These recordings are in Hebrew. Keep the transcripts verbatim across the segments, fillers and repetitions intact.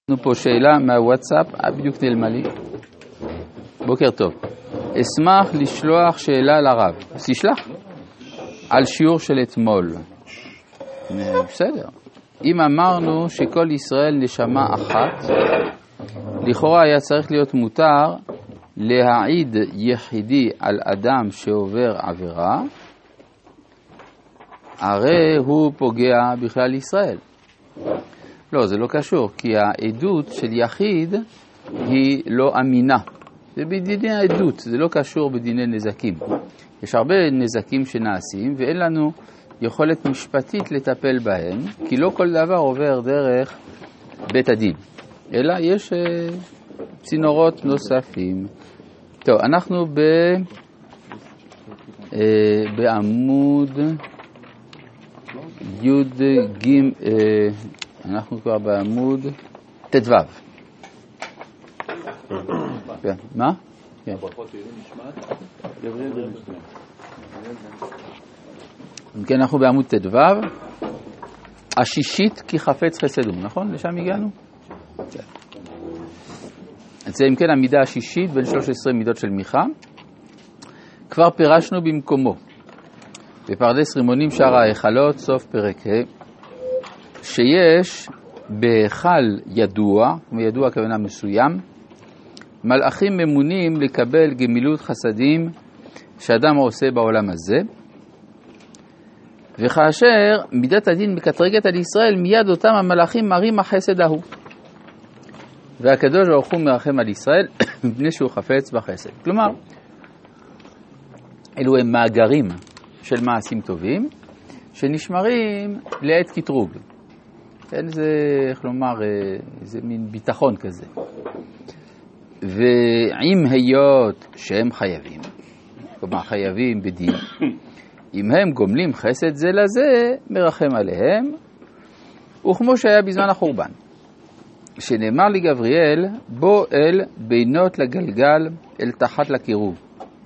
לנו פה שאלה מהוואטסאפ, בדיוק נעלמה לי. בוקר טוב. אשמח לשלוח שאלה לרב. אז תשלח. על שיעור של אתמול. בסדר. אם אמרנו שכל ישראל נשמה אחת, לכאורה היה צריך להיות מותר להעיד יחידי על אדם שעובר עבירה, הרי הוא פוגע בכלל ישראל. לא, זה לא קשור, כי העדות של יחיד היא לא אמינה. זה בדיני העדות, זה לא קשור בדיני נזקים. יש הרבה נזקים שנעשים, ואין לנו יכולת משפטית לטפל בהם, כי לא כל דבר עובר דרך בית הדין, אלא יש uh, צינורות נוספים. טוב, אנחנו ב, uh, בעמוד יוד גימ... Uh, אנחנו כבר בעמוד תדו. מה? כן. כן, אנחנו בעמוד תדו. השישית כי חפץ חסד הוא, נכון? לשם הגענו? זה אם כן המידה השישית בין שלוש עשרה מידות של מיכה. כבר פירשנו במקומו. בפרדס רימונים שער ההיכלות, סוף פרק ה'. שיש בהיכל ידוע, וידוע הכוונה מסוים, מלאכים ממונים לקבל גמילות חסדים שאדם עושה בעולם הזה, וכאשר מידת הדין מקטרגת על ישראל, מיד אותם המלאכים מראים החסד ההוא. והקדוש ברוך הוא מרחם על ישראל מפני שהוא חפץ בחסד. כלומר, אלו הם מאגרים של מעשים טובים, שנשמרים לעת קטרוג. כן, זה, איך לומר, זה מין ביטחון כזה. ועם היות שהם חייבים, כלומר חייבים בדין, אם הם גומלים חסד זה לזה, מרחם עליהם, וכמו שהיה בזמן החורבן, שנאמר לגבריאל, בוא אל בינות לגלגל אל תחת לקירוב,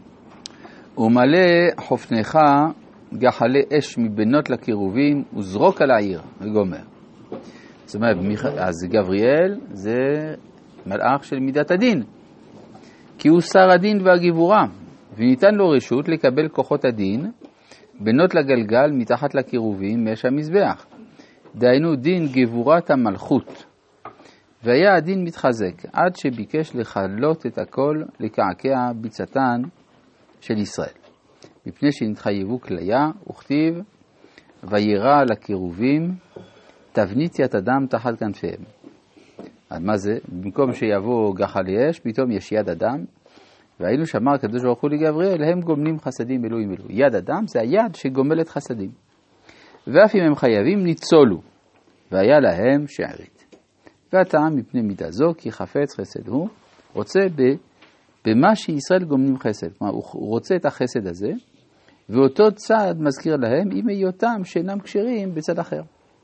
ומלא חופנך גחלי אש מבינות לקירובים, וזרוק על העיר, וגומר. זאת אומרת, אז גבריאל זה מלאך של מידת הדין, כי הוא שר הדין והגבורה, וניתן לו רשות לקבל כוחות הדין, בנות לגלגל מתחת לקירובים מאש המזבח. דהיינו דין גבורת המלכות. והיה הדין מתחזק, עד שביקש לחלות את הכל, לקעקע ביצתן של ישראל. מפני שנתחייבו כליה, וכתיב, וירא לקירובים, תבנית יד אדם תחת כנפיהם. אז מה זה? במקום שיבוא גחלי אש, פתאום יש יד אדם, והיינו שאמר הקדוש ברוך הוא לגבריאל, הם גומלים חסדים אלוהים אלוהים. יד אדם זה היד שגומלת חסדים. ואף אם הם חייבים ניצולו, והיה להם שערית. והטעם מפני מידה זו, כי חפץ חסד הוא, רוצה ב, במה שישראל גומלים חסד. כלומר, הוא רוצה את החסד הזה, ואותו צד מזכיר להם, עם היותם שאינם כשרים בצד אחר.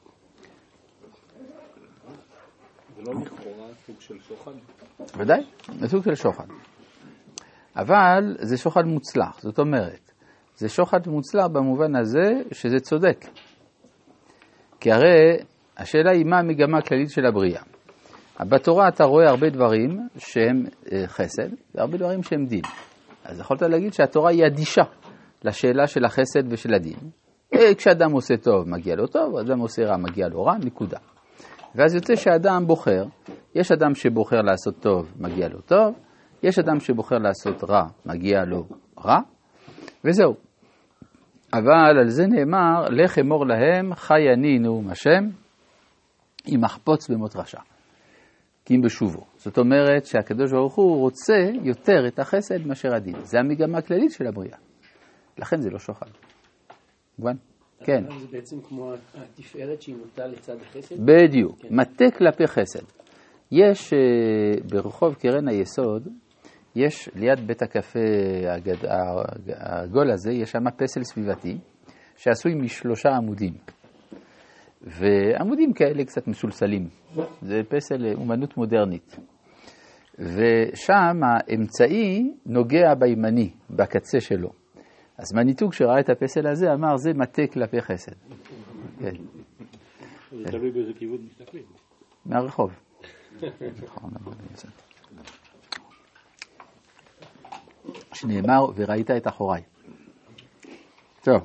זה לא לכאורה סוג של שוחד? ודאי, זה סוג של שוחד. אבל זה שוחד מוצלח, זאת אומרת, זה שוחד מוצלח במובן הזה שזה צודק. כי הרי השאלה היא מה המגמה הכללית של הבריאה. בתורה אתה רואה הרבה דברים שהם חסד, והרבה דברים שהם דין. אז יכולת להגיד שהתורה היא אדישה לשאלה של החסד ושל הדין. כשאדם עושה טוב מגיע לו טוב, אדם עושה רע מגיע לו רע, נקודה. ואז יוצא שהאדם בוחר, יש אדם שבוחר לעשות טוב, מגיע לו טוב, יש אדם שבוחר לעשות רע, מגיע לו רע, וזהו. אבל על זה נאמר, לך אמור להם, חי אני נאום השם, אם מחפוץ במות רשע, כי אם בשובו. זאת אומרת שהקדוש ברוך הוא רוצה יותר את החסד מאשר הדין. זה המגמה הכללית של הבריאה. לכן זה לא שוחד. מובן? כן. זה בעצם כמו התפארת שהיא נוטה לצד החסד? בדיוק, כן. מטה כלפי חסד. יש uh, ברחוב קרן היסוד, יש ליד בית הקפה הגד... הגול הזה, יש שם פסל סביבתי, שעשוי משלושה עמודים. ועמודים כאלה קצת מסולסלים. זה פסל אומנות מודרנית. ושם האמצעי נוגע בימני, בקצה שלו. אז מניתוג שראה את הפסל הזה אמר, זה מטה כלפי חסד. כן. זה תלוי באיזה כיוון מסתכלים. מהרחוב. שנאמר, וראית את אחוריי. טוב.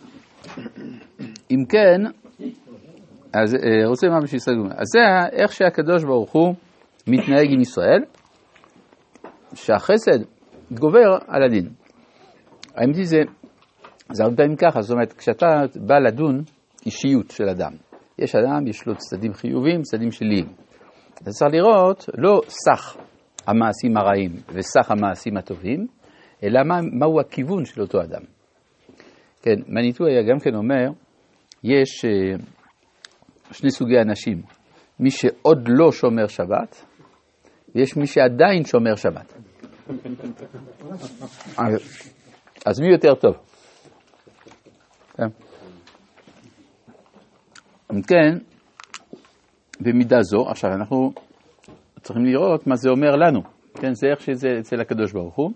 אם כן, אז רוצה מה שיסתגלו. אז זה איך שהקדוש ברוך הוא מתנהג עם ישראל, שהחסד גובר על הדין. האמת היא זה, זה הרבה פעמים ככה, זאת אומרת, כשאתה בא לדון אישיות של אדם, יש אדם, יש לו צדדים חיוביים, צדדים שליליים. אתה צריך לראות לא סך המעשים הרעים וסך המעשים הטובים, אלא מה, מהו הכיוון של אותו אדם. כן, מניטו היה גם כן אומר, יש uh, שני סוגי אנשים, מי שעוד לא שומר שבת, ויש מי שעדיין שומר שבת. אז מי יותר טוב? כן. כן, במידה זו, עכשיו אנחנו צריכים לראות מה זה אומר לנו. כן, זה איך שזה אצל הקדוש ברוך הוא.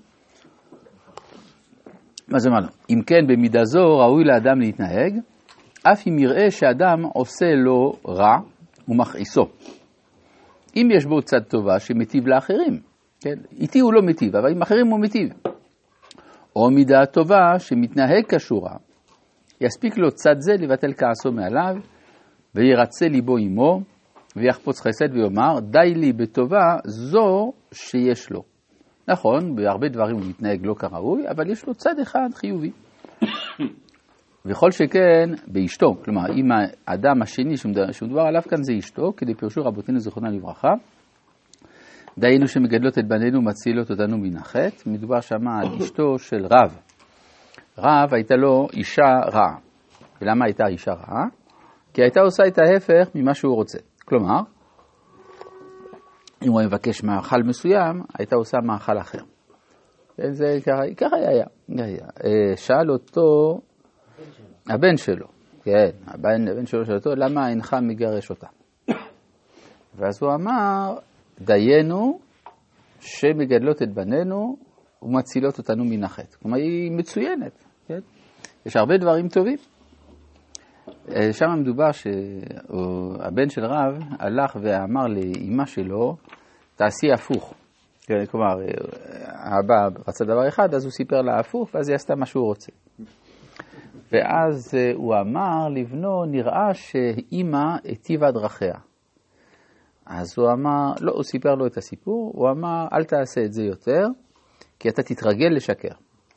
מה זה אומר לו? אם כן, במידה זו ראוי לאדם להתנהג, אף אם יראה שאדם עושה לו רע ומכעיסו. אם יש בו צד טובה שמטיב לאחרים, כן? איתי הוא לא מטיב, אבל עם אחרים הוא מטיב. או מידה טובה שמתנהג כשורה, יספיק לו צד זה לבטל כעסו מעליו, וירצה ליבו עמו, ויחפוץ חסד ויאמר, די לי בטובה זו שיש לו. נכון, בהרבה דברים הוא מתנהג לא כראוי, אבל יש לו צד אחד חיובי. וכל שכן באשתו, כלומר, אם האדם השני שמדובר עליו כאן זה אשתו, כדי פירשו רבותינו זכרונה לברכה, דיינו שמגדלות את בנינו מצילות אותנו מן החטא, מדובר שמה על אשתו של רב. רב הייתה לו אישה רעה. ולמה הייתה אישה רעה? כי הייתה עושה את ההפך ממה שהוא רוצה. כלומר, אם הוא מבקש מאכל מסוים, הייתה עושה מאכל אחר. זה ככה היה. שאל אותו הבן שלו, כן, הבן, הבן שלו שאל אותו, למה אינך מגרש אותה? ואז הוא אמר, דיינו שמגדלות את בנינו ומצילות אותנו מן החטא. כלומר, היא מצוינת, כן? יש הרבה דברים טובים. שם מדובר שהבן של רב הלך ואמר לאמא שלו, תעשי הפוך. כלומר, האבא רצה דבר אחד, אז הוא סיפר לה הפוך, ואז היא עשתה מה שהוא רוצה. ואז הוא אמר לבנו, נראה שאמא היטיבה דרכיה. אז הוא אמר, לא, הוא סיפר לו את הסיפור, הוא אמר, אל תעשה את זה יותר, כי אתה תתרגל לשקר.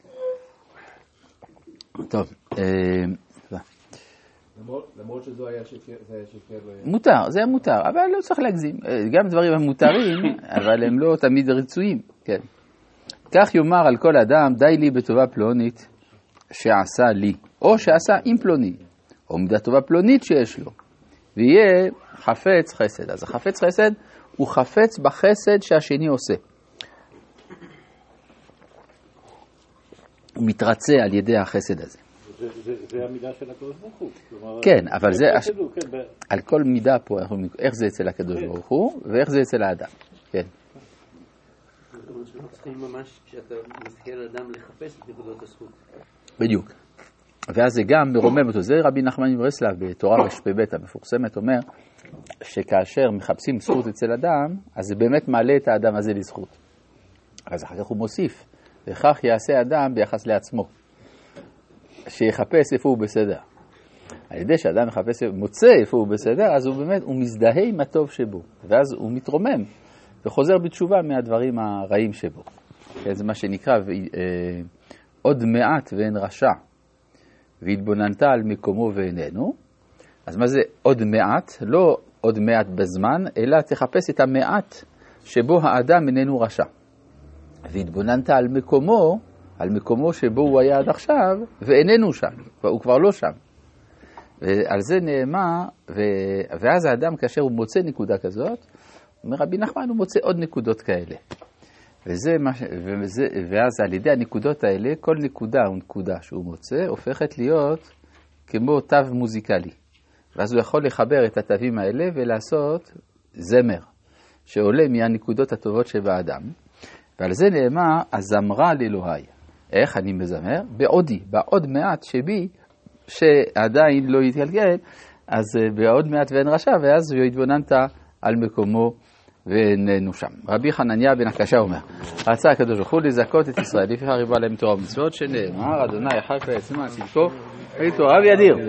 טוב, למרות שזו היה שקר... מותר, זה היה מותר, אבל לא צריך להגזים. גם דברים המותרים, אבל הם לא תמיד רצויים, כן. כך יאמר על כל אדם, די לי בטובה פלונית שעשה לי, או שעשה עם פלוני, או מידה טובה פלונית שיש לו, ויהיה חפץ חסד. אז החפץ חסד הוא חפץ בחסד שהשני עושה. הוא מתרצה על ידי החסד הזה. זה המידה של הקדוש ברוך הוא. כן, אבל זה, על כל מידה פה, איך זה אצל הקדוש ברוך הוא, ואיך זה אצל האדם. כן. זאת אומרת שלא צריכים ממש, כשאתה מסתכל על אדם, לחפש את נקודות הזכות. בדיוק. ואז זה גם מרומם אותו. זה רבי נחמן מברסלב בתורה רש"ב המפורסמת אומר, שכאשר מחפשים זכות אצל אדם, אז זה באמת מעלה את האדם הזה לזכות. אז אחר כך הוא מוסיף, וכך יעשה אדם ביחס לעצמו. שיחפש איפה הוא בסדר. על ידי שאדם מחפש, מוצא איפה הוא בסדר, אז הוא באמת, הוא מזדהה עם הטוב שבו. ואז הוא מתרומם, וחוזר בתשובה מהדברים הרעים שבו. זה מה שנקרא, אה, עוד מעט ואין רשע, והתבוננת על מקומו ואיננו. אז מה זה עוד מעט? לא עוד מעט בזמן, אלא תחפש את המעט שבו האדם איננו רשע. והתבוננת על מקומו, על מקומו שבו הוא היה עד עכשיו, ואיננו שם, הוא כבר לא שם. ועל זה נאמר, ו... ואז האדם כאשר הוא מוצא נקודה כזאת, אומר רבי נחמן, הוא מוצא עוד נקודות כאלה. וזה מה... וזה... ואז על ידי הנקודות האלה, כל נקודה או נקודה שהוא מוצא, הופכת להיות כמו תו מוזיקלי. ואז הוא יכול לחבר את התווים האלה ולעשות זמר, שעולה מהנקודות הטובות שבאדם. ועל זה נאמר, הזמרה לאלוהי. איך אני מזמר? בעודי, בעוד מעט שבי, שעדיין לא יתגלגל, אז בעוד מעט ואין רשע, ואז הוא התבוננת על מקומו ונהנו שם. רבי חנניה בן הקשה אומר, רצה הקדוש ברוך הוא לזכות את ישראל, לפיכך ריבה להם תורה ומצוות, שנאמר, אדוני חי ויעצמו על צדקו, ותורה וידיר.